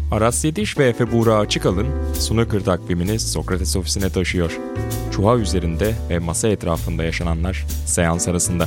Aras Yetiş ve Efe Buğra Açıkalın Snooker takvimini Sokrates ofisine taşıyor. Çuha üzerinde ve masa etrafında yaşananlar seans arasında.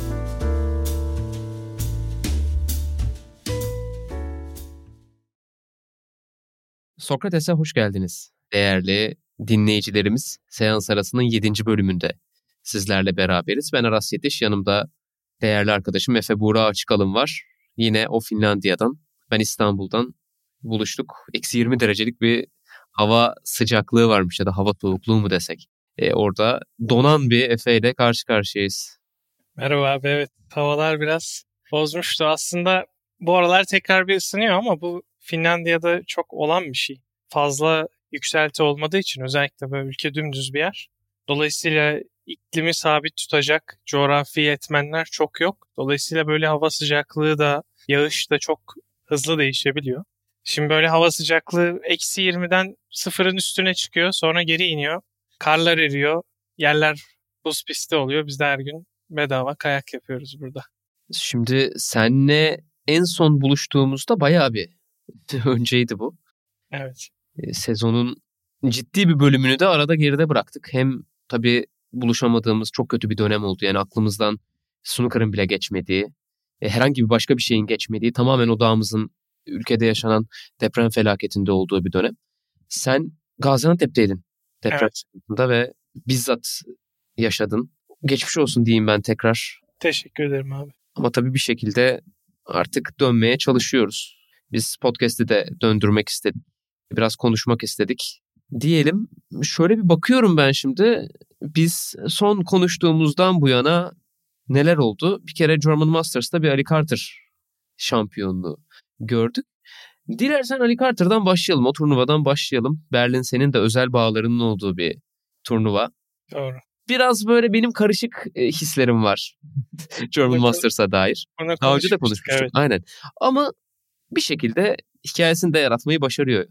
Sokrates'e hoş geldiniz. Değerli dinleyicilerimiz, seans arasının 7. bölümünde sizlerle beraberiz. Ben Aras Yetiş, yanımda değerli arkadaşım Efe Buğra Açıkalın var. Yine o Finlandiya'dan, ben İstanbul'dan buluştuk. -20 derecelik bir hava sıcaklığı varmış, ya da hava soğukluğu mu desek. Orada donan bir Efe ile karşı karşıyayız. Merhaba abi, evet. Havalar biraz bozmuştu. Aslında bu aralar tekrar bir ısınıyor ama bu Finlandiya'da çok olan bir şey. Fazla yükselti olmadığı için, özellikle böyle ülke dümdüz bir yer. Dolayısıyla iklimi sabit tutacak coğrafi etmenler çok yok. Dolayısıyla böyle hava sıcaklığı da, yağış da çok hızlı değişebiliyor. Şimdi böyle hava sıcaklığı -20'den sıfırın üstüne çıkıyor, sonra geri iniyor. Karlar eriyor, yerler buz pisti oluyor. Biz de her gün bedava kayak yapıyoruz burada. Şimdi seninle en son buluştuğumuzda bayağı bir önceydi bu. Evet. Sezonun ciddi bir bölümünü de arada geride bıraktık. Hem tabii buluşamadığımız çok kötü bir dönem oldu. Yani aklımızdan snooker'ın bile geçmediği, herhangi bir başka bir şeyin geçmediği, tamamen odağımızın ülkede yaşanan deprem felaketinde olduğu bir dönem. Sen Gaziantep'teydin deprem sırasında ve bizzat yaşadın. Geçmiş olsun diyeyim ben tekrar. Teşekkür ederim abi. Ama tabii bir şekilde artık dönmeye çalışıyoruz. Biz podcast'i de döndürmek istedik. Biraz konuşmak istedik. Diyelim, şöyle bir bakıyorum ben şimdi. Biz son konuştuğumuzdan bu yana neler oldu? Bir kere German Masters'ta bir Ali Carter şampiyonluğu gördük. Dilersen Ali Carter'dan başlayalım. O turnuvadan başlayalım. Berlin senin de özel bağlarının olduğu bir turnuva. Doğru. Biraz böyle benim karışık hislerim var German Masters'a dair. Daha önce de konuşmuştuk. Evet. Aynen. Ama bir şekilde hikayesini de yaratmayı başarıyor.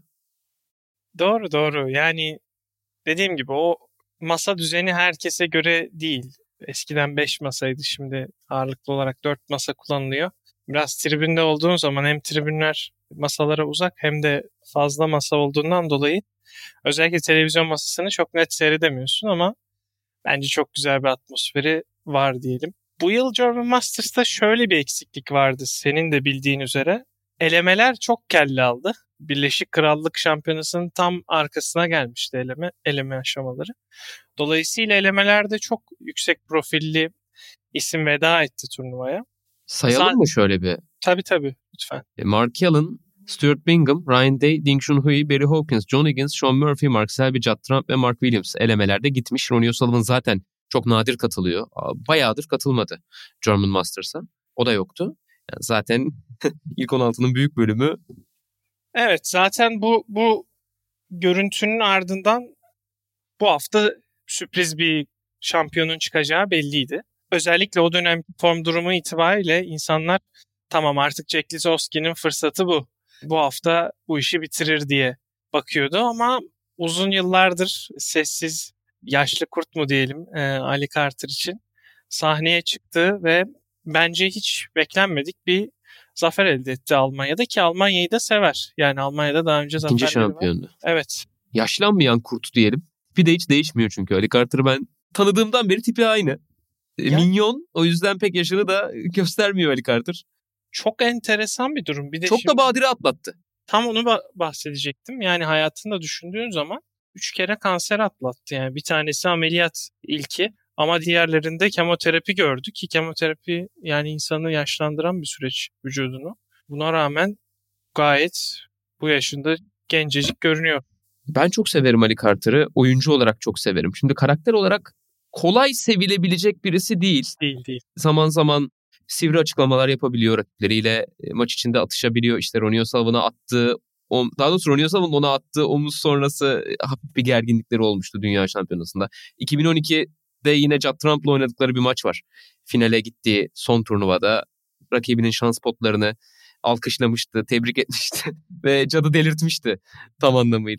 Doğru. Yani dediğim gibi o masa düzeni herkese göre değil. Eskiden 5 masaydı, şimdi ağırlıklı olarak 4 masa kullanılıyor. Biraz tribünde olduğun zaman hem tribünler masalara uzak hem de fazla masa olduğundan dolayı özellikle televizyon masasını çok net seyredemiyorsun ama bence çok güzel bir atmosferi var diyelim. Bu yıl German Masters'ta şöyle bir eksiklik vardı, senin de bildiğin üzere. Elemeler çok kelle aldı. Birleşik Krallık Şampiyonası'nın tam arkasına gelmişti eleme aşamaları. Dolayısıyla elemelerde çok yüksek profilli isim veda etti turnuvaya. Sayalım mı şöyle bir? Tabii lütfen. Mark Allen, Stuart Bingham, Ryan Day, Ding Junhui, Barry Hawkins, John Higgins, Sean Murphy, Mark Selby, Judd Trump ve Mark Williams elemelerde gitmiş. Ronnie O'Sullivan zaten çok nadir katılıyor. Bayağıdır katılmadı German Masters'a. O da yoktu. Yani zaten ilk 16'nın büyük bölümü. Evet, zaten bu görüntünün ardından bu hafta sürpriz bir şampiyonun çıkacağı belliydi. Özellikle o dönem form durumu itibariyle insanlar tamam, artık Jack Lisowski'nin fırsatı bu. Bu hafta bu işi bitirir diye bakıyordu ama uzun yıllardır sessiz, yaşlı kurt mu diyelim, Ali Carter için sahneye çıktı ve bence hiç beklenmedik bir zafer elde etti Almanya'da, ki Almanya'yı da sever. Yani Almanya'da daha önce zaferleri var. İkinci şampiyondu. Evet. Yaşlanmayan kurt diyelim. Tipi de hiç değişmiyor çünkü. Ali Carter'ı ben tanıdığımdan beri tipi aynı. Minyon, o yüzden pek yaşını da göstermiyor Ali Carter. Çok enteresan bir durum. Bir de çok şimdi, da badire atlattı. Tam onu bahsedecektim. Yani hayatında düşündüğün zaman 3 kere kanser atlattı. Yani bir tanesi ameliyat ilki ama diğerlerinde kemoterapi gördü ki kemoterapi yani insanı yaşlandıran bir süreç vücudunu. Buna rağmen gayet bu yaşında gencecik görünüyor. Ben çok severim Ali Carter'ı. Oyuncu olarak çok severim. Şimdi karakter olarak kolay sevilebilecek birisi değil. Değil. Zaman zaman sivri açıklamalar yapabiliyor rakipleriyle. Maç içinde atışabiliyor. İşte Ronnie O'Sullivan'a attığı, daha doğrusu Ronnie O'Sullivan'ın ona attığı omuz sonrası hafif bir gerginlikleri olmuştu Dünya Şampiyonası'nda. 2012'de yine Judd Trump'la oynadıkları bir maç var. Finale gittiği son turnuvada rakibinin şans potlarını alkışlamıştı, tebrik etmişti ve Judd'ı delirtmişti tam anlamıyla.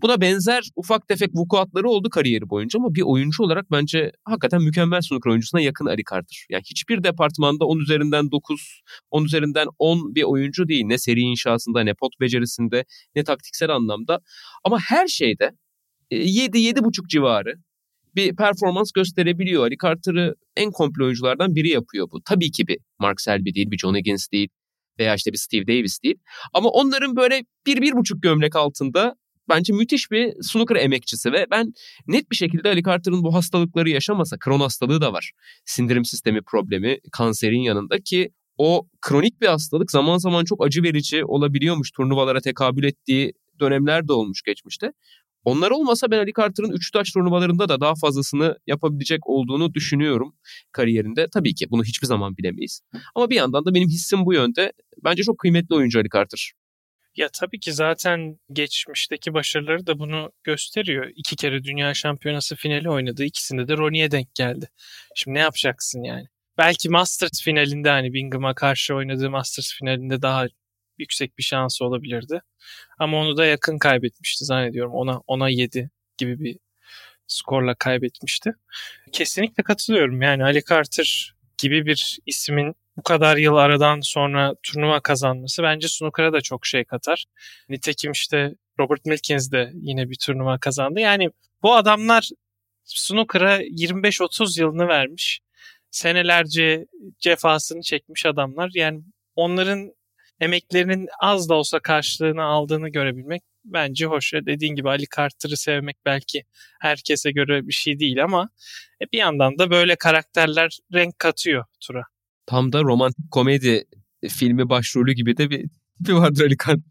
Buna benzer ufak tefek vukuatları oldu kariyeri boyunca ama bir oyuncu olarak bence hakikaten mükemmel snooker oyuncusuna yakın Ali Carter. Yani hiçbir departmanda 10 üzerinden 9, 10 üzerinden 10 bir oyuncu değil. Ne seri inşasında, ne pot becerisinde, ne taktiksel anlamda. Ama her şeyde 7-7,5 civarı bir performans gösterebiliyor. Ali Carter'ı en komple oyunculardan biri yapıyor bu. Tabii ki bir Mark Selby değil, bir John Higgins değil veya işte bir Steve Davis değil. Ama onların böyle 1-1,5 gömlek altında bence müthiş bir snooker emekçisi ve ben net bir şekilde Ali Carter'ın bu hastalıkları yaşamasa, Crohn hastalığı da var. Sindirim sistemi problemi, kanserin yanında ki o kronik bir hastalık zaman zaman çok acı verici olabiliyormuş. Turnuvalara tekabül ettiği dönemler de olmuş geçmişte. Onlar olmasa ben Ali Carter'ın 3 taş turnuvalarında da daha fazlasını yapabilecek olduğunu düşünüyorum kariyerinde. Tabii ki bunu hiçbir zaman bilemeyiz. Ama bir yandan da benim hissim bu yönde. Bence çok kıymetli oyuncu Ali Carter. Ya tabii ki zaten geçmişteki başarıları da bunu gösteriyor. 2 kere Dünya Şampiyonası finali oynadı. İkisinde de Ronnie'ye denk geldi. Şimdi ne yapacaksın yani? Belki Masters finalinde hani Bingham'a karşı oynadığı Masters finalinde daha yüksek bir şansı olabilirdi. Ama onu da yakın kaybetmişti zannediyorum. Ona 7 gibi bir skorla kaybetmişti. Kesinlikle katılıyorum. Yani Ali Carter gibi bir ismin bu kadar yıl aradan sonra turnuva kazanması bence snooker'a da çok şey katar. Nitekim işte Robert Milkins de yine bir turnuva kazandı. Yani bu adamlar snooker'a 25-30 yılını vermiş. Senelerce cefasını çekmiş adamlar. Yani onların emeklerinin az da olsa karşılığını aldığını görebilmek bence hoş. Dediğin gibi Ali Carter'ı sevmek belki herkese göre bir şey değil ama bir yandan da böyle karakterler renk katıyor tura. Tam da romantik komedi filmi başrolü gibi de bir tipi vardır Ali Carter.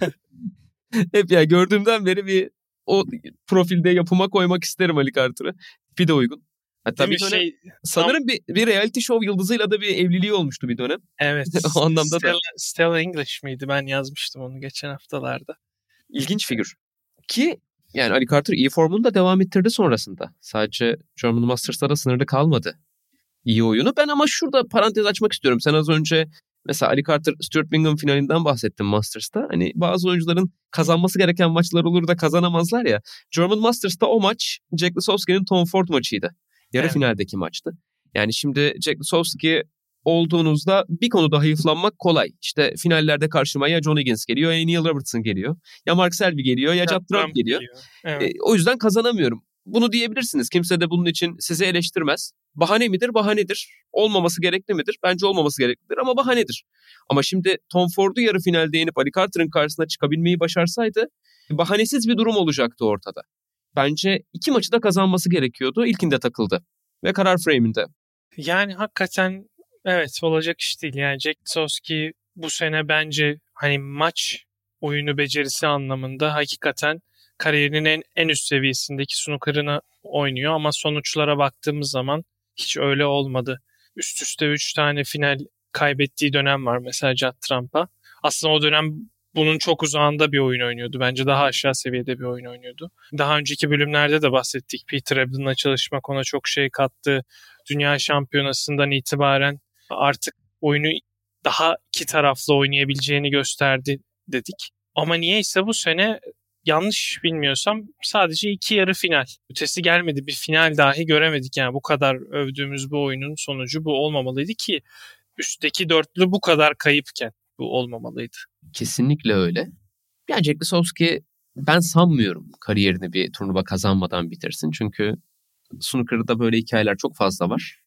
Hep ya gördüğümden beri bir o profilde yapıma koymak isterim Ali Carter'ı. Tipi de uygun. Hatta bir dönem sanırım bir reality show yıldızıyla da bir evliliği olmuştu bir dönem. Evet. O anlamda da. Stella English miydi? Ben yazmıştım onu geçen haftalarda. İlginç figür. Ki yani Ali Carter iyi formunu da devam ettirdi sonrasında. Sadece German Masters'ta da sınırlı kalmadı iyi oyunu. Ben ama şurada parantez açmak istiyorum. Sen az önce mesela Ali Carter Stuart Bingham finalinden bahsettin Masters'ta. Hani bazı oyuncuların kazanması gereken maçlar olur da kazanamazlar ya. German Masters'ta o maç Jack Lisowski'nin Tom Ford maçıydı. Yarı finaldeki maçtı. Yani şimdi Jack Lisowski olduğunuzda bir konuda hayıflanmak kolay. İşte finallerde karşıma ya John Higgins geliyor ya Neil Robertson geliyor. Ya Mark Selby geliyor ya Judd Trump geliyor. Evet. O yüzden kazanamıyorum. Bunu diyebilirsiniz. Kimse de bunun için sizi eleştirmez. Bahane midir? Bahanedir. Olmaması gerekli midir? Bence olmaması gereklidir ama bahanedir. Ama şimdi Tom Ford'u yarı finalde yenip Ali Carter'ın karşısına çıkabilmeyi başarsaydı bahanesiz bir durum olacaktı ortada. Bence 2 maçı da kazanması gerekiyordu. İlkinde takıldı. Ve karar frame'inde. Yani hakikaten evet olacak iş değil. Yani Jack Lisowski bu sene bence hani maç oyunu becerisi anlamında hakikaten kariyerinin en üst seviyesindeki snooker'ını oynuyor ama sonuçlara baktığımız zaman hiç öyle olmadı. Üst üste 3 tane final kaybettiği dönem var mesela Judd Trump'a. Aslında o dönem bunun çok uzağında bir oyun oynuyordu. Bence daha aşağı seviyede bir oyun oynuyordu. Daha önceki bölümlerde de bahsettik. Peter Ebdon'la çalışmak ona çok şey kattı. Dünya Şampiyonası'ndan itibaren artık oyunu daha iki taraflı oynayabileceğini gösterdi dedik. Ama niyeyse bu sene yanlış bilmiyorsam sadece 2 yarı final. Ötesi gelmedi. Bir final dahi göremedik. Yani bu kadar övdüğümüz bu oyunun sonucu bu olmamalıydı ki üstteki dörtlü bu kadar kayıpken bu olmamalıydı. Kesinlikle öyle. Yani Jack Lisowski ben sanmıyorum kariyerini bir turnuva kazanmadan bitirsin. Çünkü snooker'da böyle hikayeler çok fazla var.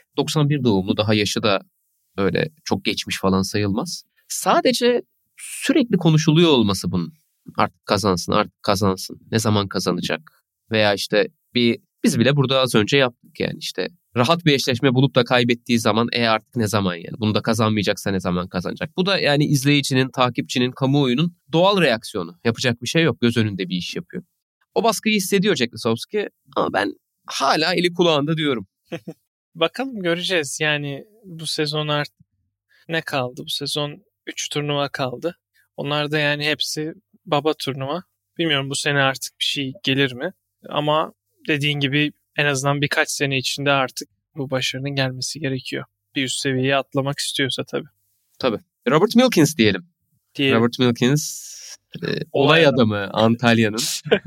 91 doğumlu, daha yaşı da öyle çok geçmiş falan sayılmaz. Sadece sürekli konuşuluyor olması bunun. Artık kazansın. Ne zaman kazanacak? Veya işte biz bile burada az önce yaptık yani işte rahat bir eşleşme bulup da kaybettiği zaman artık ne zaman yani? Bunu da kazanmayacaksa ne zaman kazanacak? Bu da yani izleyicinin, takipçinin, kamuoyunun doğal reaksiyonu. Yapacak bir şey yok. Göz önünde bir iş yapıyor. O baskıyı hissediyor Jack Lisowski ama ben hala eli kulağında diyorum. Bakalım göreceğiz. Yani bu sezon artık ne kaldı? Bu sezon 3 turnuva kaldı. Onlar da yani hepsi baba turnuva. Bilmiyorum bu sene artık bir şey gelir mi? Ama dediğin gibi en azından birkaç sene içinde artık bu başarının gelmesi gerekiyor. Bir üst seviyeye atlamak istiyorsa tabii. Tabii. Robert Milkins diyelim. Robert Milkins Olay adamı Antalya'nın.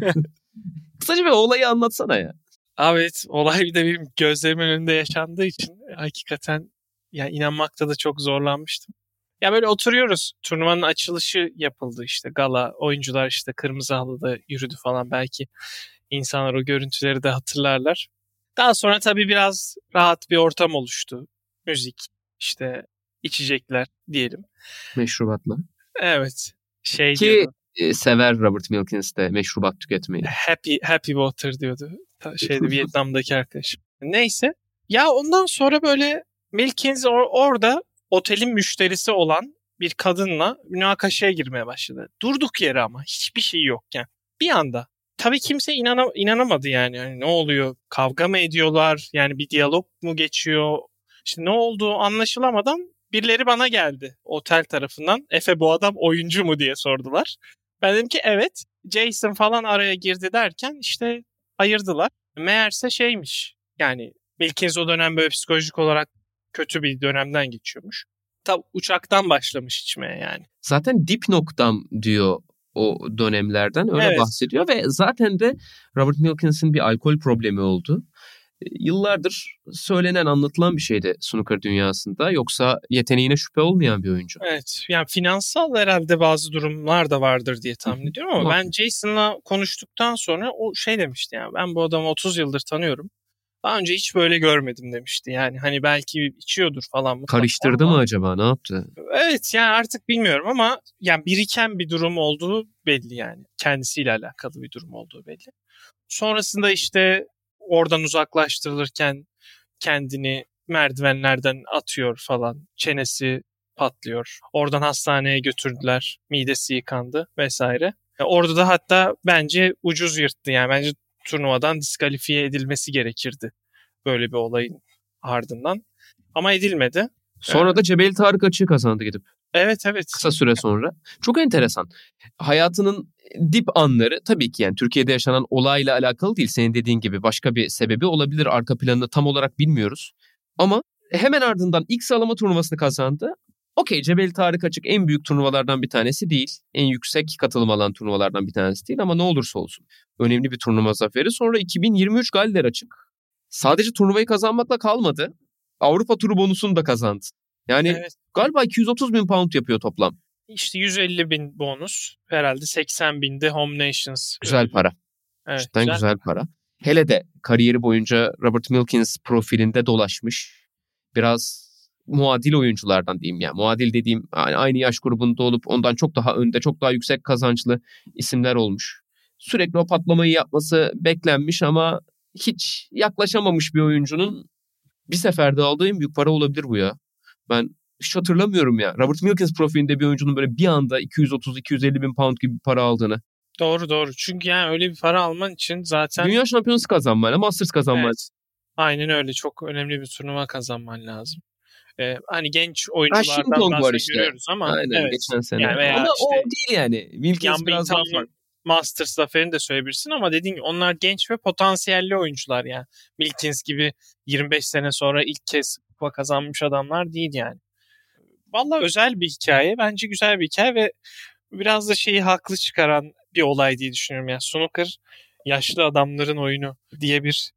Kısaca bir olayı anlatsana ya. Evet, olay bir de benim gözlerimin önünde yaşandığı için hakikaten yani inanmakta da çok zorlanmıştım. Ya böyle oturuyoruz. Turnuvanın açılışı yapıldı işte, gala. Oyuncular işte kırmızı halıda yürüdü falan. Belki insanlar o görüntüleri de hatırlarlar. Daha sonra tabii biraz rahat bir ortam oluştu. Müzik, işte içecekler diyelim. Meşrubatla. Evet. Şey Ki diyordu. sever Robert Milkins de meşrubat tüketmeyi. Happy water diyordu. Vietnam'daki arkadaşım. Neyse. Ya ondan sonra böyle Milkins orada otelin müşterisi olan bir kadınla münakaşaya girmeye başladı. Durduk yere ama hiçbir şey yokken. Bir anda. Tabii kimse inanamadı yani. Yani ne oluyor? Kavga mı ediyorlar? Yani bir diyalog mu geçiyor? İşte ne olduğu anlaşılamadan birileri bana geldi otel tarafından. Efe, bu adam oyuncu mu diye sordular. Ben dedim ki evet. Jason falan araya girdi derken işte ayırdılar. Meğerse şeymiş. Yani Wilkins o dönem böyle psikolojik olarak kötü bir dönemden geçiyormuş. Tabii uçaktan başlamış içmeye yani. Zaten dip noktam diyor o dönemlerden, öyle Evet. bahsediyor ve zaten de Robert Milkins'in bir alkol problemi oldu. Yıllardır söylenen, anlatılan bir şeydi snooker dünyasında. Yoksa yeteneğine şüphe olmayan bir oyuncu. Evet. Yani finansal herhalde bazı durumlar da vardır diye tahmin ediyorum ama ben Jason'la konuştuktan sonra o şey demişti yani, ben bu adamı 30 yıldır tanıyorum. Daha önce hiç böyle görmedim demişti. Yani hani belki içiyordur falan. Karıştırdı mı acaba, ne yaptı? Evet yani artık bilmiyorum ama yani biriken bir durum olduğu belli yani. Kendisiyle alakalı bir durum olduğu belli. Sonrasında işte oradan uzaklaştırılırken kendini merdivenlerden atıyor falan. Çenesi patlıyor. Oradan hastaneye götürdüler. Midesi yıkandı vesaire. Orada da hatta bence ucuz yırttı. Yani bence turnuvadan diskalifiye edilmesi gerekirdi böyle bir olayın ardından. Ama edilmedi. Sonra da Cebeli Tarık açığı kazandı gidip. Evet. Kısa süre sonra. Çok enteresan. Hayatının dip anları tabii ki yani Türkiye'de yaşanan olayla alakalı değil. Senin dediğin gibi başka bir sebebi olabilir. Arka planını tam olarak bilmiyoruz. Ama hemen ardından ilk sıralama turnuvasını kazandı. Okey, Cebeli Tarık açık en büyük turnuvalardan bir tanesi değil. En yüksek katılım alan turnuvalardan bir tanesi değil ama ne olursa olsun. Önemli bir turnuva zaferi. Sonra 2023 Galler açık. Sadece turnuvayı kazanmakla kalmadı. Avrupa turu bonusunu da kazandı. Yani evet, galiba 230 bin pound yapıyor toplam. İşte 150 bin bonus. Herhalde 80 bin de Home Nations. Güzel para. Evet, cidden güzel para. Hele de kariyeri boyunca Robert Milkins profilinde dolaşmış. Biraz muadil oyunculardan diyeyim yani. Muadil dediğim aynı yaş grubunda olup ondan çok daha önde, çok daha yüksek kazançlı isimler olmuş. Sürekli o patlamayı yapması beklenmiş ama hiç yaklaşamamış bir oyuncunun bir seferde aldığı en büyük para olabilir bu ya. Ben hiç hatırlamıyorum ya. Robert Milkins profilinde bir oyuncunun böyle bir anda 230-250 bin pound gibi bir para aldığını. Doğru. Çünkü yani öyle bir para alman için zaten... Dünya şampiyonası kazanman, Masters kazanman. Evet. Aynen öyle. Çok önemli bir turnuva kazanman lazım. Hani genç oyunculardan bazen işte görüyoruz ama... Aynen, evet, geçen sene. Yani ama işte, o değil yani. Wilkins biraz daha farklı. Masters zaferini de söyleyebilirsin ama dediğin gibi onlar genç ve potansiyelli oyuncular yani. Wilkins gibi 25 sene sonra ilk kez kupa kazanmış adamlar değil yani. Vallahi özel bir hikaye. Bence güzel bir hikaye ve biraz da şeyi haklı çıkaran bir olay diye düşünüyorum. Yani snooker yaşlı adamların oyunu diye bir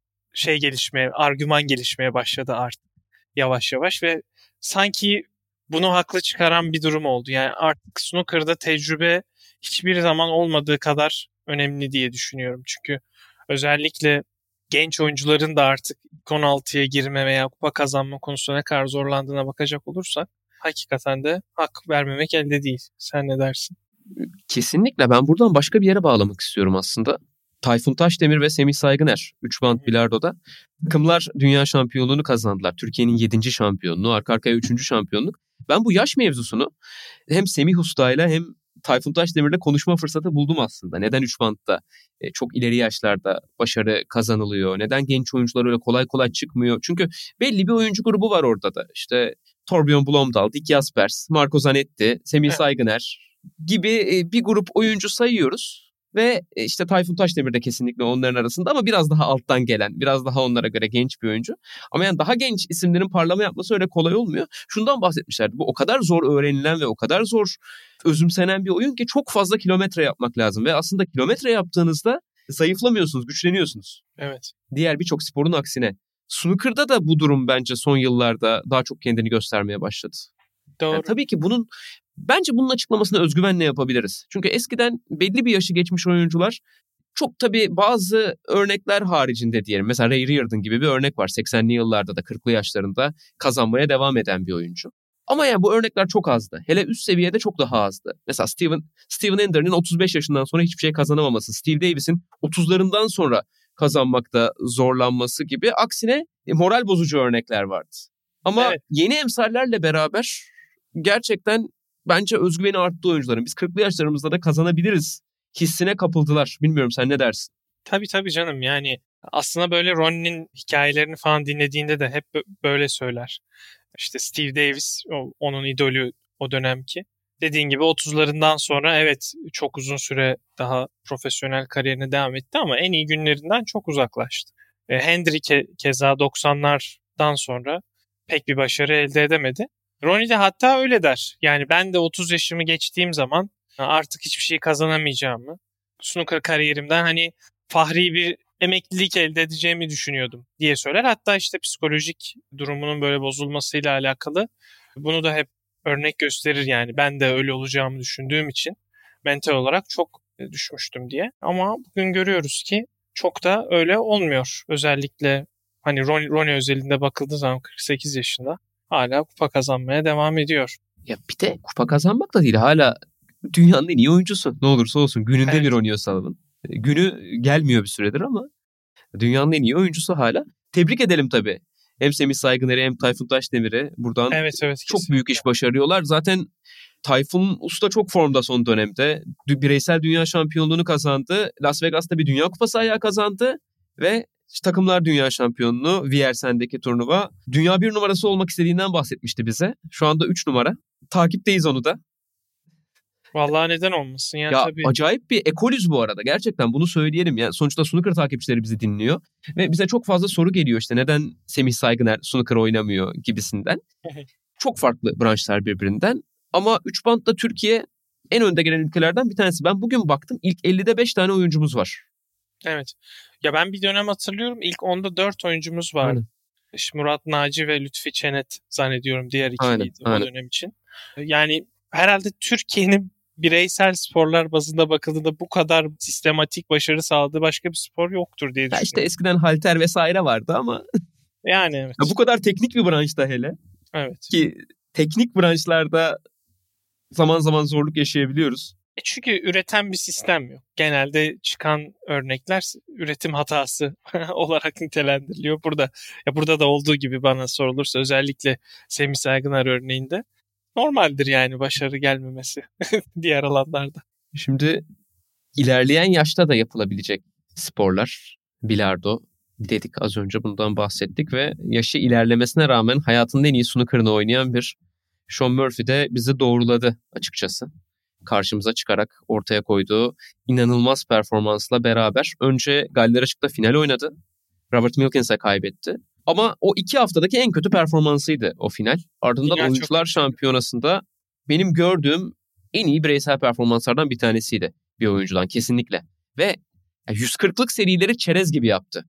argüman gelişmeye başladı artık yavaş yavaş ve sanki bunu haklı çıkaran bir durum oldu. Yani artık snooker'da tecrübe hiçbir zaman olmadığı kadar önemli diye düşünüyorum. Çünkü özellikle genç oyuncuların da artık 16'ya girme veya kupa kazanma konusunda ne kadar zorlandığına bakacak olursak hakikaten de hak vermemek elde değil. Sen ne dersin? Kesinlikle. Ben buradan başka bir yere bağlamak istiyorum aslında. Tayfun Taşdemir ve Semih Saygıner 3 band bilardoda takımlar dünya şampiyonluğunu kazandılar. Türkiye'nin 7. şampiyonluğu, arka arkaya 3. şampiyonluk. Ben bu yaş mevzusunu hem Semih Usta'yla hem Tayfun Taşdemir'le konuşma fırsatı buldum aslında. Neden 3 bandta çok ileri yaşlarda başarı kazanılıyor? Neden genç oyuncular öyle kolay kolay çıkmıyor? Çünkü belli bir oyuncu grubu var orada da. İşte Torbjörn Blomdahl, Dick Jaspers, Marco Zanetti, Semih Saygıner gibi bir grup oyuncu sayıyoruz. Ve işte Tayfun Taşdemir de kesinlikle onların arasında ama biraz daha alttan gelen, biraz daha onlara göre genç bir oyuncu. Ama yani daha genç isimlerin parlama yapması öyle kolay olmuyor. Şundan bahsetmişlerdi. Bu o kadar zor öğrenilen ve o kadar zor özümsenen bir oyun ki çok fazla kilometre yapmak lazım. Ve aslında kilometre yaptığınızda zayıflamıyorsunuz, güçleniyorsunuz. Evet. Diğer birçok sporun aksine. Snooker'da da bu durum bence son yıllarda daha çok kendini göstermeye başladı. Doğru. Yani tabii ki bence bunun açıklamasını özgüvenle yapabiliriz. Çünkü eskiden belli bir yaşı geçmiş oyuncular çok tabii bazı örnekler haricinde diyelim. Mesela Ray Reardon gibi bir örnek var. 80'li yıllarda da 40'lı yaşlarında kazanmaya devam eden bir oyuncu. Ama yani bu örnekler çok azdı. Hele üst seviyede çok daha azdı. Mesela Steven Ender'in 35 yaşından sonra hiçbir şey kazanamaması. Steve Davis'in 30'larından sonra kazanmakta zorlanması gibi aksine moral bozucu örnekler vardı. Ama evet, yeni emsallerle beraber gerçekten bence özgüveni arttı oyuncuların. Biz 40'lı yaşlarımızda da kazanabiliriz hissine kapıldılar. Bilmiyorum, sen ne dersin? Tabii canım, yani aslında böyle Ronnie'nin hikayelerini falan dinlediğinde de hep böyle söyler. İşte Steve Davis onun idolü o dönemki. Dediğin gibi 30'larından sonra evet çok uzun süre daha profesyonel kariyerine devam etti ama en iyi günlerinden çok uzaklaştı. Hendry keza 90'lardan sonra pek bir başarı elde edemedi. Ronnie de hatta öyle der. Yani ben de 30 yaşımı geçtiğim zaman artık hiçbir şey kazanamayacağımı, snooker kariyerimden hani fahri bir emeklilik elde edeceğimi düşünüyordum diye söyler. Hatta işte psikolojik durumunun böyle bozulmasıyla alakalı bunu da hep örnek gösterir yani. Ben de öyle olacağımı düşündüğüm için mental olarak çok düşmüştüm diye. Ama bugün görüyoruz ki çok da öyle olmuyor. Özellikle hani Ronnie özelinde bakıldığı zaman 48 yaşında hala kupa kazanmaya devam ediyor. Ya bir de kupa kazanmak da değil, hala dünyanın en iyi oyuncusu. Ne olursa olsun gününde Evet. bir Ronnie O'Sullivan. Günü gelmiyor bir süredir ama dünyanın en iyi oyuncusu hala. Tebrik edelim tabii. Hem Semih Saygıner'i hem Tayfun Taşdemir'i buradan Evet, çok kesinlikle. büyük iş başarıyorlar. Zaten Tayfun Usta çok formda son dönemde. Bireysel dünya şampiyonluğunu kazandı. Las Vegas'ta bir dünya kupası ayağı kazandı. Ve takımlar dünya şampiyonluğu Viersen'deki turnuva. Dünya 1 numarası olmak istediğinden bahsetmişti bize. Şu anda 3 numara. Takipteyiz onu da. Vallahi neden olmasın ya, Ya tabii. acayip bir ekolüz bu arada. Gerçekten bunu söyleyelim. Yani sonuçta snooker takipçileri bizi dinliyor. Ve bize çok fazla soru geliyor işte. Neden Semih Saygıner snooker oynamıyor gibisinden. Çok farklı branşlar birbirinden. Ama 3 bantta Türkiye en önde gelen ülkelerden bir tanesi. Ben bugün baktım, ilk 50'de 5 tane oyuncumuz var. Evet. Ya ben bir dönem hatırlıyorum, ilk 10'da 4 oyuncumuz vardı. Aynen. İşte Murat Naci ve Lütfi Çenet zannediyorum diğer ikiliydi o Aynen. dönem için. Yani herhalde Türkiye'nin bireysel sporlar bazında bakıldığında bu kadar sistematik başarı sağladığı başka bir spor yoktur diye Ya düşünüyorum. işte eskiden halter vesaire vardı ama Yani evet. ya bu kadar teknik bir branşta hele. Evet. Ki teknik branşlarda zaman zaman zorluk yaşayabiliyoruz. Çünkü üreten bir sistem yok. Genelde çıkan örnekler üretim hatası olarak nitelendiriliyor. Burada da olduğu gibi bana sorulursa, özellikle Semih Saygıner örneğinde normaldir yani başarı gelmemesi diğer alanlarda. Şimdi ilerleyen yaşta da yapılabilecek sporlar. Bilardo dedik, az önce bundan bahsettik ve yaşı ilerlemesine rağmen hayatının en iyi snooker'ını oynayan bir Sean Murphy de bizi doğruladı açıkçası. Karşımıza çıkarak ortaya koyduğu inanılmaz performansla beraber önce Galler Açık'ta final oynadı. Robert Milkins'e kaybetti. Ama o 2 haftadaki en kötü performansıydı o final. Ardından Final Oyuncular Şampiyonası'nda benim gördüğüm en iyi bireysel performanslardan bir tanesiydi bir oyuncudan kesinlikle. Ve 140'lık serileri çerez gibi yaptı.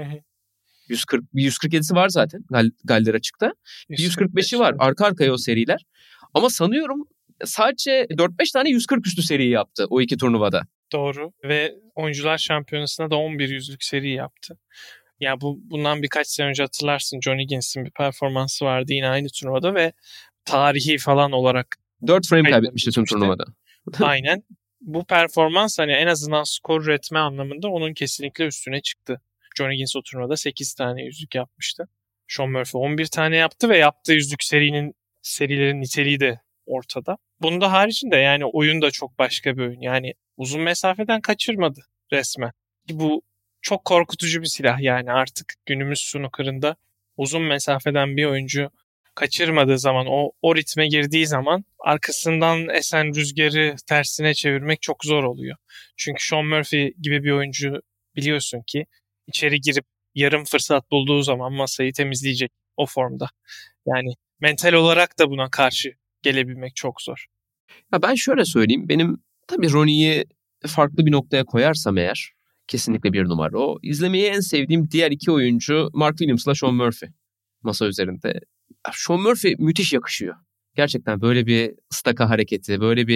147'si var zaten Galler Açık'ta. 145'i var arka arkaya o seriler. Ama sanıyorum sadece 4-5 tane 140 üstü seriyi yaptı o iki turnuvada. Doğru. Ve Oyuncular Şampiyonası'nda da 11 yüzlük seri yaptı. Ya bundan birkaç sene önce hatırlarsın, John Higgins'in bir performansı vardı yine aynı turnuvada ve tarihi falan olarak 4 frame kaybetmişti tüm turnuvada. Aynen. Bu performans hani en azından skor üretme anlamında onun kesinlikle üstüne çıktı. John Higgins o turnuvada 8 tane yüzlük yapmıştı. Sean Murphy 11 tane yaptı ve yaptığı yüzlük serilerin niteliği de ortada. Bunun da haricinde yani oyun da çok başka bir oyun. Yani uzun mesafeden kaçırmadı resmen. Bu çok korkutucu bir silah yani, artık günümüz snooker'ında uzun mesafeden bir oyuncu kaçırmadığı zaman, o ritme girdiği zaman arkasından esen rüzgarı tersine çevirmek çok zor oluyor. Çünkü Sean Murphy gibi bir oyuncu biliyorsun ki içeri girip yarım fırsat bulduğu zaman masayı temizleyecek o formda. Yani mental olarak da buna karşı gelebilmek çok zor. Ya ben şöyle söyleyeyim. Benim tabii Ronnie'yi farklı bir noktaya koyarsam eğer kesinlikle bir numara o. İzlemeyi en sevdiğim diğer iki oyuncu Mark Williams'la Sean Murphy masa üzerinde. Sean Murphy müthiş yakışıyor. Gerçekten böyle bir ıstaka hareketi, böyle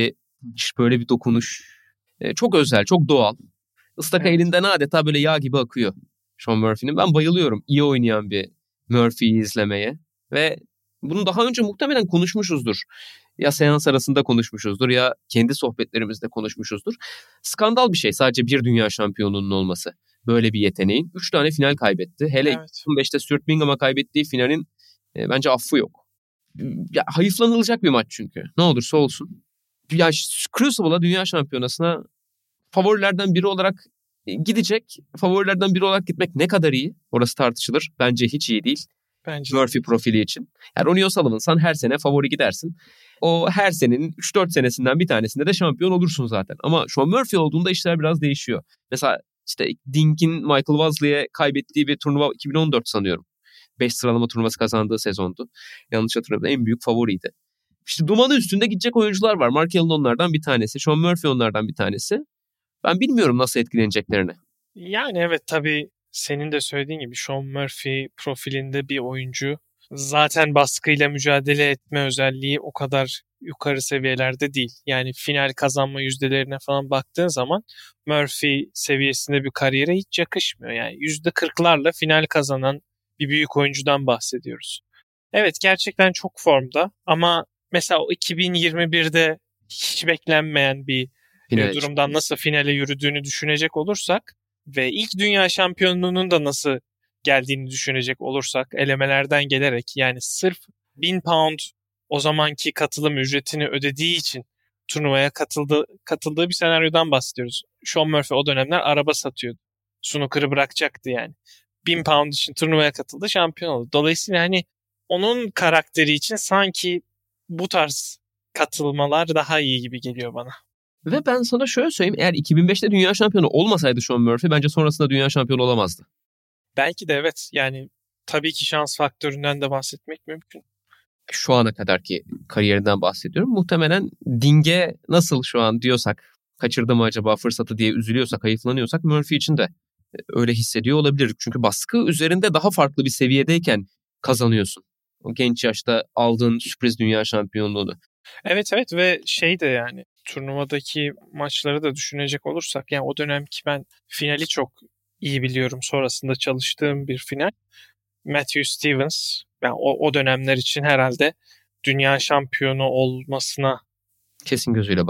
bir dokunuş. Çok özel, çok doğal. Istaka elinden adeta böyle yağ gibi akıyor Sean Murphy'nin. Ben bayılıyorum iyi oynayan bir Murphy'yi izlemeye. Ve bunu daha önce muhtemelen konuşmuşuzdur. Ya seans arasında konuşmuşuzdur ya kendi sohbetlerimizde konuşmuşuzdur. Skandal bir şey sadece bir dünya şampiyonunun olması. Böyle bir yeteneğin. 3 tane final kaybetti. Hele 2015'te Stuart Bingham'a kaybettiği finalin bence affı yok. Ya, hayıflanılacak bir maç çünkü. Ne olursa olsun. Ya Crucible'a dünya şampiyonasına favorilerden biri olarak gidecek. Favorilerden biri olarak gitmek ne kadar iyi? Orası tartışılır. Bence hiç iyi değil. Bence Murphy profili için. Yani Ronnie O'Sullivan'san her sene favori gidersin. O her senenin 3-4 senesinden bir tanesinde de şampiyon olursun zaten. Ama Sean Murphy olduğunda işler biraz değişiyor. Mesela işte Dink'in Michael Wasley'e kaybettiği bir turnuva 2014 sanıyorum. 5 sıralama turnuvası kazandığı sezondu. Yanlış hatırlamıyorum. En büyük favoriydi. İşte dumanı üstünde gidecek oyuncular var. Mark Allen onlardan bir tanesi. Sean Murphy onlardan bir tanesi. Ben bilmiyorum nasıl etkileneceklerini. Yani evet tabii senin de söylediğin gibi Sean Murphy profilinde bir oyuncu. Zaten baskıyla mücadele etme özelliği o kadar yukarı seviyelerde değil. Yani final kazanma yüzdelerine falan baktığın zaman Murphy seviyesinde bir kariyere hiç yakışmıyor. Yani %40'larla final kazanan bir büyük oyuncudan bahsediyoruz. Evet gerçekten çok formda ama mesela o 2021'de hiç beklenmeyen bir durumdan nasıl finale yürüdüğünü düşünecek olursak ve ilk dünya şampiyonluğunun da nasıl geldiğini düşünecek olursak elemelerden gelerek yani sırf 1000 pound o zamanki katılım ücretini ödediği için turnuvaya katıldığı bir senaryodan bahsediyoruz. Sean Murphy o dönemler araba satıyordu. Snooker'ı bırakacaktı yani. 1000 pound için turnuvaya katıldı, şampiyon oldu. Dolayısıyla hani onun karakteri için sanki bu tarz katılmalar daha iyi gibi geliyor bana. Ve ben sana şöyle söyleyeyim. Eğer 2005'te dünya şampiyonu olmasaydı Sean Murphy bence sonrasında dünya şampiyonu olamazdı. Belki de evet. Yani tabii ki şans faktöründen de bahsetmek mümkün. Şu ana kadarki kariyerinden bahsediyorum. Muhtemelen Ding'e nasıl şu an diyorsak, kaçırdı mı acaba fırsatı diye üzülüyorsak, hayıflanıyorsak Murphy için de öyle hissediyor olabilir. Çünkü baskı üzerinde daha farklı bir seviyedeyken kazanıyorsun. O genç yaşta aldığın sürpriz dünya şampiyonluğunu. Evet ve şey de yani turnuvadaki maçları da düşünecek olursak yani o dönemki ben finali çok iyi biliyorum. Sonrasında çalıştığım bir final. Matthew Stevens yani o dönemler için herhalde dünya şampiyonu olmasına kesin gözüyle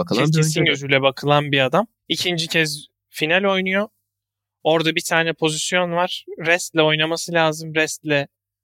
bakılan bir adam. İkinci kez final oynuyor. Orada bir tane pozisyon var. Restle oynaması lazım. Restle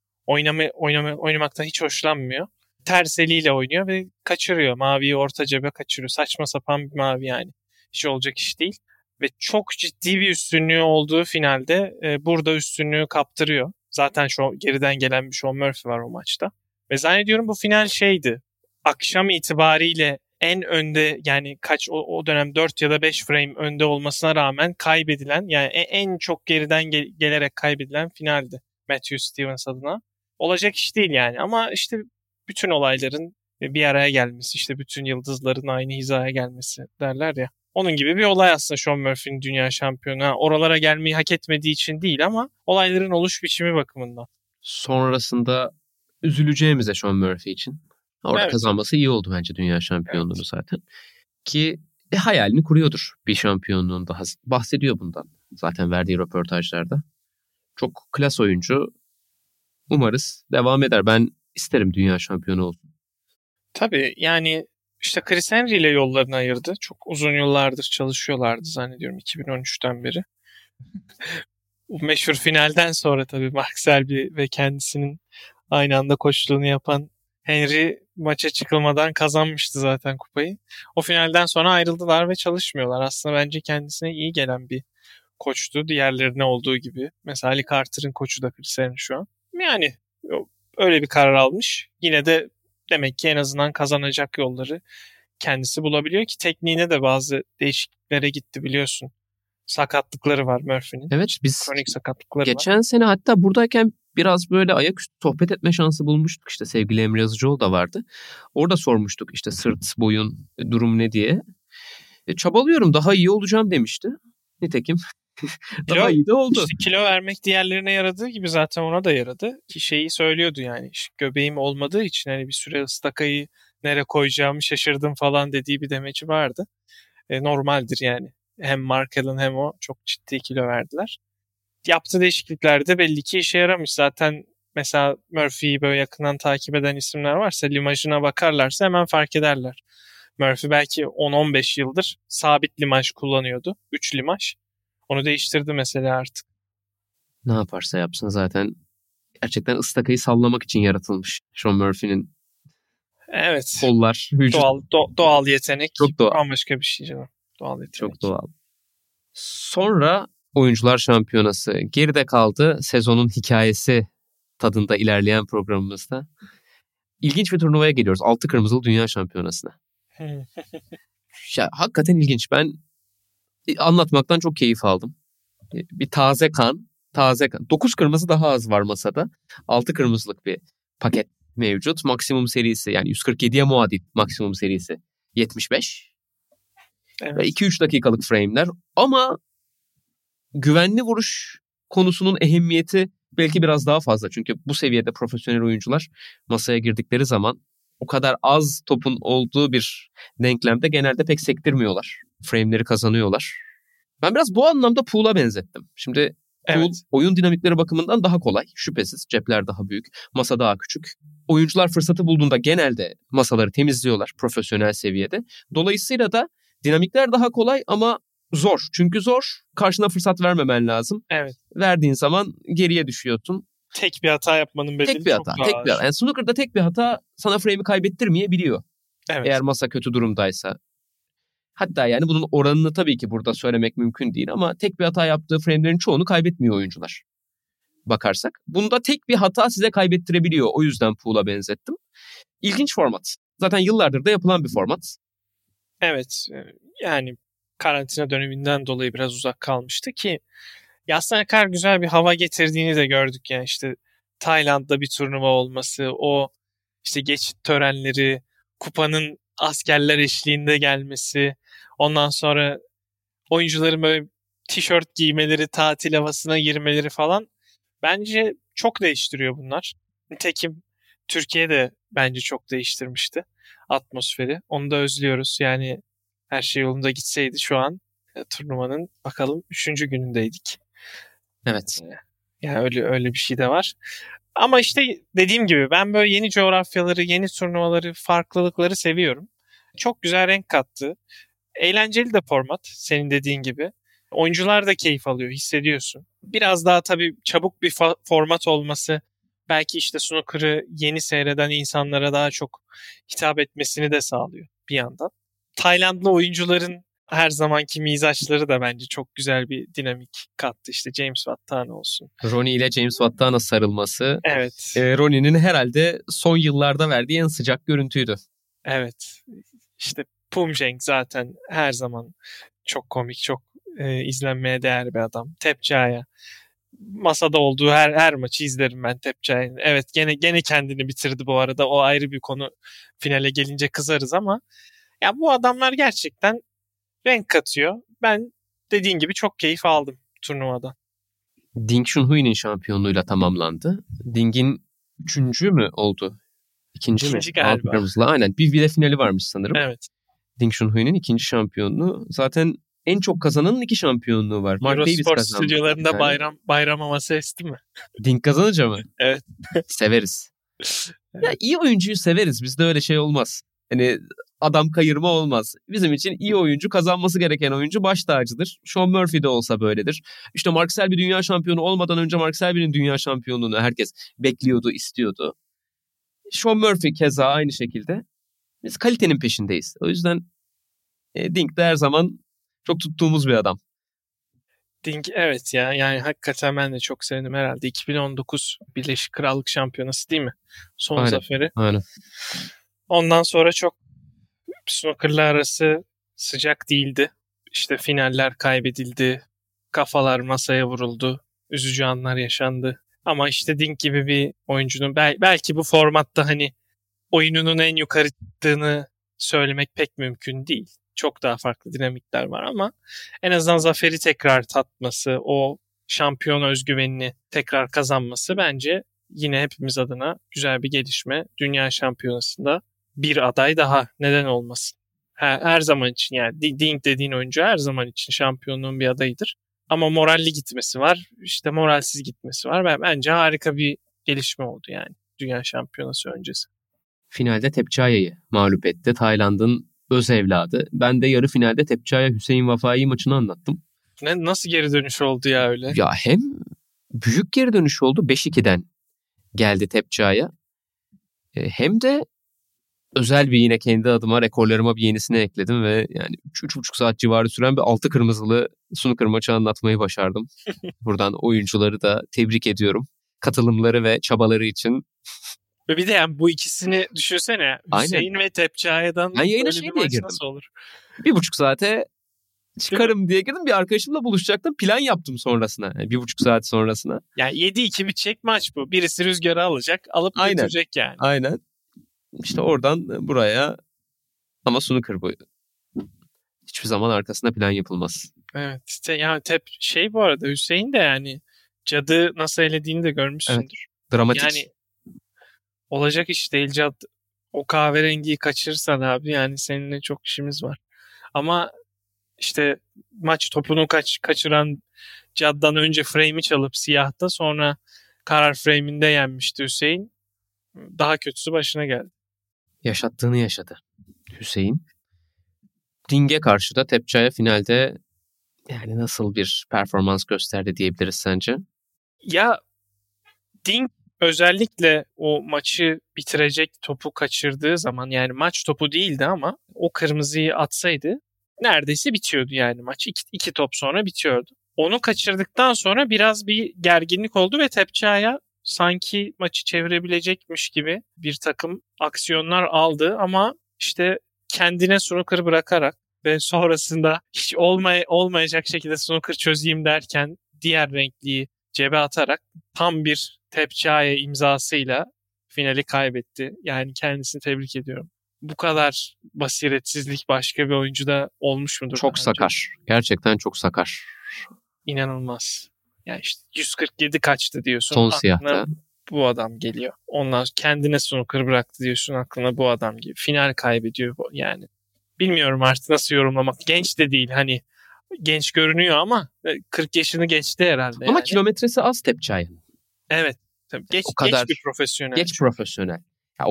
oynamaktan hiç hoşlanmıyor. Ters eliyle oynuyor ve kaçırıyor. Maviyi orta cebe kaçırıyor. Saçma sapan bir mavi yani. Hiç olacak iş değil. Ve çok ciddi bir üstünlüğü olduğu finalde burada üstünlüğü kaptırıyor. Zaten geriden gelen bir Sean Murphy var o maçta. Ve zannediyorum bu final şeydi. Akşam itibariyle en önde yani o dönem 4 ya da 5 frame önde olmasına rağmen kaybedilen yani en çok geriden gelerek kaybedilen finaldi Matthew Stevens adına. Olacak iş değil yani ama işte bütün olayların bir araya gelmesi, işte bütün yıldızların aynı hizaya gelmesi derler ya. Onun gibi bir olay aslında Sean Murphy'nin dünya şampiyonu. Oralara gelmeyi hak etmediği için değil ama olayların oluş biçimi bakımından. Sonrasında üzüleceğimize Sean Murphy için. Orada kazanması iyi oldu bence dünya şampiyonluğunu zaten. Ki hayalini kuruyordur bir şampiyonluğun daha. Bahsediyor bundan zaten verdiği röportajlarda. Çok klas oyuncu. Umarız devam eder. Ben isterim dünya şampiyonu olsun. Tabii yani işte Chris Henry ile yollarını ayırdı. Çok uzun yıllardır çalışıyorlardı zannediyorum 2013'ten beri. Bu meşhur finalden sonra tabii Mark Selby ve kendisinin aynı anda koçluğunu yapan Henry maça çıkılmadan kazanmıştı zaten kupayı. O finalden sonra ayrıldılar ve çalışmıyorlar. Aslında bence kendisine iyi gelen bir koçtu. Diğerlerine olduğu gibi. Mesela Ali Carter'ın koçu da Chris Henry şu an. Yani öyle bir karar almış. Yine de demek ki en azından kazanacak yolları kendisi bulabiliyor ki tekniğine de bazı değişikliklere gitti biliyorsun. Sakatlıkları var Murphy'nin. Evet, biz kronik sakatlıkları geçen var. sene hatta buradayken biraz böyle ayaküstü sohbet etme şansı bulmuştuk. İşte sevgili Emre Yazıcıoğlu da vardı. Orada sormuştuk işte sırt, boyun durum ne diye. Çabalıyorum, daha iyi olacağım demişti. Nitekim daha iyi de oldu. İşte kilo vermek diğerlerine yaradığı gibi zaten ona da yaradı. Ki şeyi söylüyordu yani işte göbeğim olmadığı için hani bir süre ıstakayı nereye koyacağımı şaşırdım falan dediği bir demeci vardı. Normaldir yani. Hem Mark Allen hem o çok ciddi kilo verdiler. Yaptığı değişiklikler de belli ki işe yaramış. Zaten mesela Murphy'yi böyle yakından takip eden isimler varsa limajına bakarlarsa hemen fark ederler. Murphy belki 10-15 yıldır sabit limaj kullanıyordu. 3 limaj. Onu değiştirdi mesela artık. Ne yaparsa yapsın zaten gerçekten ıstakayı sallamak için yaratılmış Sean Murphy'nin Evet. kollar, vücut. Doğal yetenek. Çok doğal. Bambaşka bir şey canım. Doğal yetenek. Çok doğal. Sonra Oyuncular Şampiyonası geride kaldı. Sezonun hikayesi tadında ilerleyen programımızda. İlginç bir turnuvaya geliyoruz. 6 Kırmızılı Dünya Şampiyonası'na. Ya, hakikaten ilginç. Ben anlatmaktan çok keyif aldım. Bir taze kan. 9 kırmızı daha az var masada. 6 kırmızılık bir paket mevcut. Maksimum serisi yani 147'ye muadil maksimum serisi 75. Evet. Ve 2-3 dakikalık frame'ler. Ama güvenli vuruş konusunun ehemmiyeti belki biraz daha fazla. Çünkü bu seviyede profesyonel oyuncular masaya girdikleri zaman o kadar az topun olduğu bir denklemde genelde pek sektirmiyorlar. Frame'leri kazanıyorlar. Ben biraz bu anlamda pool'a benzettim. Şimdi pool oyun dinamikleri bakımından daha kolay. Şüphesiz cepler daha büyük, masa daha küçük. Oyuncular fırsatı bulduğunda genelde masaları temizliyorlar profesyonel seviyede. Dolayısıyla da dinamikler daha kolay ama zor. Çünkü zor. Karşına fırsat vermemen lazım. Evet. Verdiğin zaman geriye düşüyorsun. Tek bir hata yapmanın bedeli çok daha ağır. Yani snooker'da tek bir hata sana frame'i kaybettirmeyebiliyor. Evet. Eğer masa kötü durumdaysa. Hatta yani bunun oranını tabii ki burada söylemek mümkün değil ama tek bir hata yaptığı frame'lerin çoğunu kaybetmiyor oyuncular. Bakarsak. Bunda tek bir hata size kaybettirebiliyor. O yüzden pool'a benzettim. İlginç format. Zaten yıllardır da yapılan bir format. Evet. Yani karantina döneminden dolayı biraz uzak kalmıştı ki aslında ne kadar güzel bir hava getirdiğini de gördük yani işte Tayland'da bir turnuva olması, o işte geçit törenleri, kupanın askerler eşliğinde gelmesi, ondan sonra oyuncuların böyle tişört giymeleri, tatil havasına girmeleri falan bence çok değiştiriyor bunlar. Nitekim Türkiye'de bence çok değiştirmişti atmosferi. Onu da özlüyoruz. Yani her şey yolunda gitseydi şu an turnuvanın bakalım 3. günündeydik. Evet. Yani öyle bir şey de var. Ama işte dediğim gibi ben böyle yeni coğrafyaları, yeni turnuvaları, farklılıkları seviyorum. Çok güzel renk kattı. Eğlenceli de format senin dediğin gibi. Oyuncular da keyif alıyor, hissediyorsun. Biraz daha tabii çabuk bir format olması belki işte snooker'ı yeni seyreden insanlara daha çok hitap etmesini de sağlıyor bir yandan. Taylandlı oyuncuların her zamanki mizaçları da bence çok güzel bir dinamik kattı. İşte James Wattana olsun. Ronnie ile James Wattana sarılması. Evet. Ronnie'nin herhalde son yıllarda verdiği en sıcak görüntüydü. Evet. İşte Pumjeng zaten her zaman çok komik, çok izlenmeye değer bir adam. Tepçaya. Masada olduğu her maçı izlerim ben Tepçaya'nın. Evet gene kendini bitirdi bu arada. O ayrı bir konu. Finale gelince kızarız ama ya bu adamlar gerçekten renk katıyor. Ben dediğin gibi çok keyif aldım turnuvada. Ding Junhui'nin şampiyonluğuyla tamamlandı. Ding'in 3. mü oldu? İkinci mi? Galiba. Aynen. Bir de finali varmış sanırım. Evet. Ding Junhui'nin 2. şampiyonluğu. Zaten en çok kazananın 2 şampiyonluğu var. Mark Davis Eurosport kazandı. stüdyolarında Yani. bayram havası esti mi? Ding kazanınca mı? Evet. Severiz. Ya iyi oyuncuyu severiz. Bizde öyle şey olmaz. Hani adam kayırma olmaz. Bizim için iyi oyuncu, kazanması gereken oyuncu baş tacıdır. Sean Murphy de olsa böyledir. İşte Mark Selby dünya şampiyonu olmadan önce Mark Selby'nin dünya şampiyonluğunu herkes bekliyordu, istiyordu. Sean Murphy keza aynı şekilde. Biz kalitenin peşindeyiz. O yüzden Ding de her zaman çok tuttuğumuz bir adam. Dink evet ya. Yani hakikaten ben de çok sevdim herhalde. 2019 Birleşik Krallık Şampiyonası değil mi? Son Aynen. zaferi. Aynen. Ondan sonra çok snooker'la arası sıcak değildi. İşte finaller kaybedildi. Kafalar masaya vuruldu. Üzücü anlar yaşandı. Ama işte Dink gibi bir oyuncunun belki bu formatta hani oyununun en yukarı çıktığını söylemek pek mümkün değil. Çok daha farklı dinamikler var ama en azından zaferi tekrar tatması, o şampiyon özgüvenini tekrar kazanması bence yine hepimiz adına güzel bir gelişme. Dünya Şampiyonası'nda bir aday daha, neden olmasın? Her zaman için yani Dink dediğin oyuncu her zaman için şampiyonluğun bir adayıdır. Ama moralli gitmesi var, işte moralsiz gitmesi var. Bence harika bir gelişme oldu yani Dünya Şampiyonası öncesi. Finalde Tepçaya'yı mağlup etti. Tayland'ın öz evladı. Ben de yarı finalde Tepçaya Hüseyin Vafai maçını anlattım. Nasıl geri dönüş oldu ya öyle? Ya hem büyük geri dönüş oldu. 5-2'den geldi Tepçaya. Hem de özel bir yine kendi adıma rekorlarıma bir yenisini ekledim ve yani 3,5 saat civarı süren bir 6 kırmızılı snooker maçı anlatmayı başardım. Buradan oyuncuları da tebrik ediyorum. Katılımları ve çabaları için. Ve bir de yani bu ikisini düşünsene. Hüseyin ve Tepçaya'dan ben yayına böyle bir maç girdim. nasıl olur? 1,5 saate çıkarım diye girdim. Bir arkadaşımla buluşacaktım. Plan yaptım sonrasına. Yani 1,5 saat sonrasına. Yani 7-2 bitecek maç bu. Birisi rüzgarı alacak, alıp götürecek yani. Aynen. İşte oradan buraya ama snooker bu. Hiçbir zaman arkasında plan yapılmaz. Evet. İşte yani bu arada Hüseyin de yani cadı nasıl elediğini de görmüşsündür. Evet. Dramatik. Yani olacak iş değil cadı. O kahverengiyi kaçırırsan abi yani seninle çok işimiz var. Ama işte maç topunu kaçıran caddan önce frame'i çalıp siyahta, sonra karar frame'inde yenmişti Hüseyin. Daha kötüsü başına geldi. Yaşattığını yaşadı Hüseyin. Ding'e karşı da Tepçaya finalde yani nasıl bir performans gösterdi diyebiliriz sence? Ya Ding özellikle o maçı bitirecek topu kaçırdığı zaman, yani maç topu değildi ama o kırmızıyı atsaydı neredeyse bitiyordu yani maç. İki top sonra bitiyordu. Onu kaçırdıktan sonra biraz bir gerginlik oldu ve Tepçaya sanki maçı çevirebilecekmiş gibi bir takım aksiyonlar aldı ama işte kendine snooker bırakarak ve sonrasında hiç olmayacak şekilde snooker çözeyim derken diğer renkliyi cebe atarak tam bir Tepçaya imzasıyla finali kaybetti. Yani kendisini tebrik ediyorum. Bu kadar basiretsizlik başka bir oyuncuda olmuş mudur? Çok sakar. Gerçekten çok sakar. İnanılmaz. Yani işte 147 kaçtı diyorsun. Son siyahta. Bu adam geliyor. Ondan kendine snooker bıraktı diyorsun, aklına bu adam gibi. Final kaybediyor yani. Bilmiyorum artık nasıl yorumlamak. Genç de değil, hani genç görünüyor ama 40 yaşını geçti herhalde. Ama yani. Kilometresi az Tepçaya'nın. Evet. Tabii geç bir profesyonel. Geç profesyonel. Ya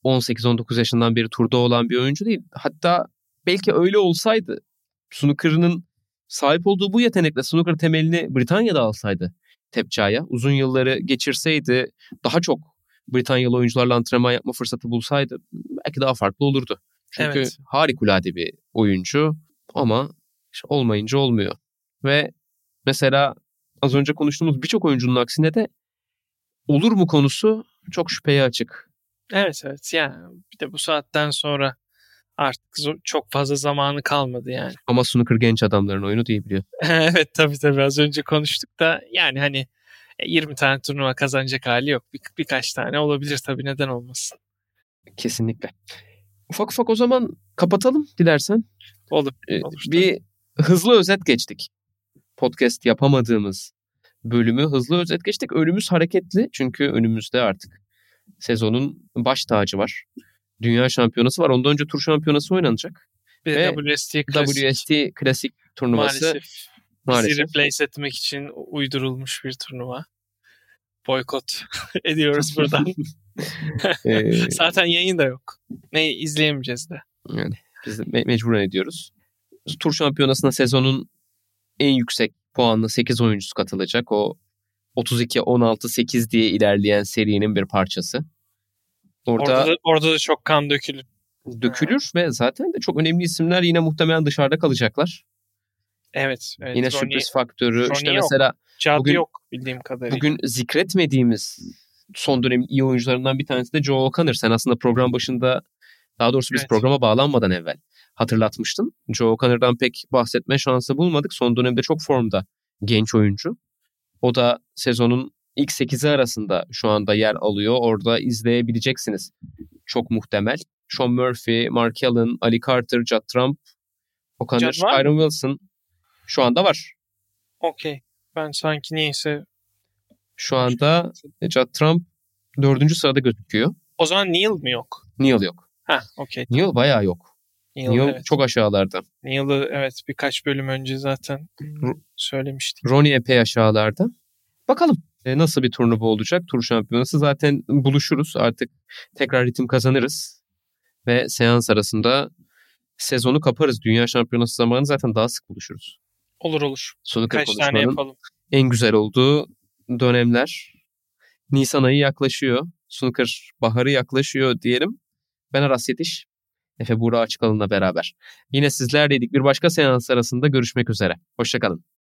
18-19 yaşından beri turda olan bir oyuncu değil. Hatta belki öyle olsaydı snooker'ın sahip olduğu bu yetenekle snooker temelini Britanya'da alsaydı Tepçaya, uzun yılları geçirseydi, daha çok Britanyalı oyuncularla antrenman yapma fırsatı bulsaydı belki daha farklı olurdu. Çünkü harikulade bir oyuncu ama işte olmayınca olmuyor. Ve mesela az önce konuştuğumuz birçok oyuncunun aksine de olur mu konusu çok şüpheye açık. Evet yani bir de bu saatten sonra artık çok fazla zamanı kalmadı yani. Ama snooker genç adamların oyunu diyebiliyor. Evet tabii az önce konuştuk da yani hani 20 tane turnuva kazanacak hali yok. Birkaç tane olabilir tabii, neden olmasın. Kesinlikle. Ufak ufak o zaman kapatalım dilersen. Olur. Bir hızlı özet geçtik. Podcast yapamadığımız bölümü hızlı özet geçtik. Önümüz hareketli çünkü önümüzde artık sezonun baş tacı var. Dünya şampiyonası var. Ondan önce tur şampiyonası oynanacak. Bir ve WST klasik turnuvası maalesef bizi replace etmek için uydurulmuş bir turnuva. Boykot ediyoruz buradan. Zaten yayın da yok. Ne izleyemeyeceğiz de. Yani biz de mecburen ediyoruz. Tur şampiyonasına sezonun en yüksek puanlı 8 oyuncusu katılacak. O 32-16-8 diye ilerleyen serinin bir parçası. Orada da çok kan dökülür ve zaten de çok önemli isimler yine muhtemelen dışarıda kalacaklar. Evet. Yine Ronnie, sürpriz faktörü. Ronnie İşte yok. mesela Cadı yok bildiğim kadarıyla. bugün zikretmediğimiz son dönemin iyi oyuncularından bir tanesi de Joe O'Connor. Sen aslında program başında, daha doğrusu biz Evet. programa bağlanmadan evvel hatırlatmıştın. Joe O'Connor'dan pek bahsetme şansı bulmadık. Son dönemde çok formda genç oyuncu. O da sezonun ilk 8'i arasında şu anda yer alıyor. Orada izleyebileceksiniz. Çok muhtemel. Sean Murphy, Mark Allen, Ali Carter, Judd Trump, O'Connor, Judd var mı? Kyron Wilson şu anda var. Okey. Ben sanki niyeyse... Şu anda Judd Trump 4. sırada gözüküyor. O zaman Neil mi yok? Neil yok. Okey. Neil bayağı yok. Neil evet. çok aşağılarda. Neil'ı evet birkaç bölüm önce zaten söylemiştik. Ronnie epey aşağılarda. Bakalım nasıl bir turnuva olacak? Tur şampiyonası zaten buluşuruz. Artık tekrar ritim kazanırız. Ve seans arasında sezonu kaparız. Dünya şampiyonası zamanı zaten daha sık buluşuruz. Olur. Snooker Kaç tane konuşmanın yapalım. en güzel olduğu dönemler. Nisan ayı yaklaşıyor. Snooker baharı yaklaşıyor diyelim. Ben Aras Yetiş, Efe Buğra Açıkalın'la beraber. Yine sizlerleydik. Bir başka seans arasında görüşmek üzere. Hoşça kalın.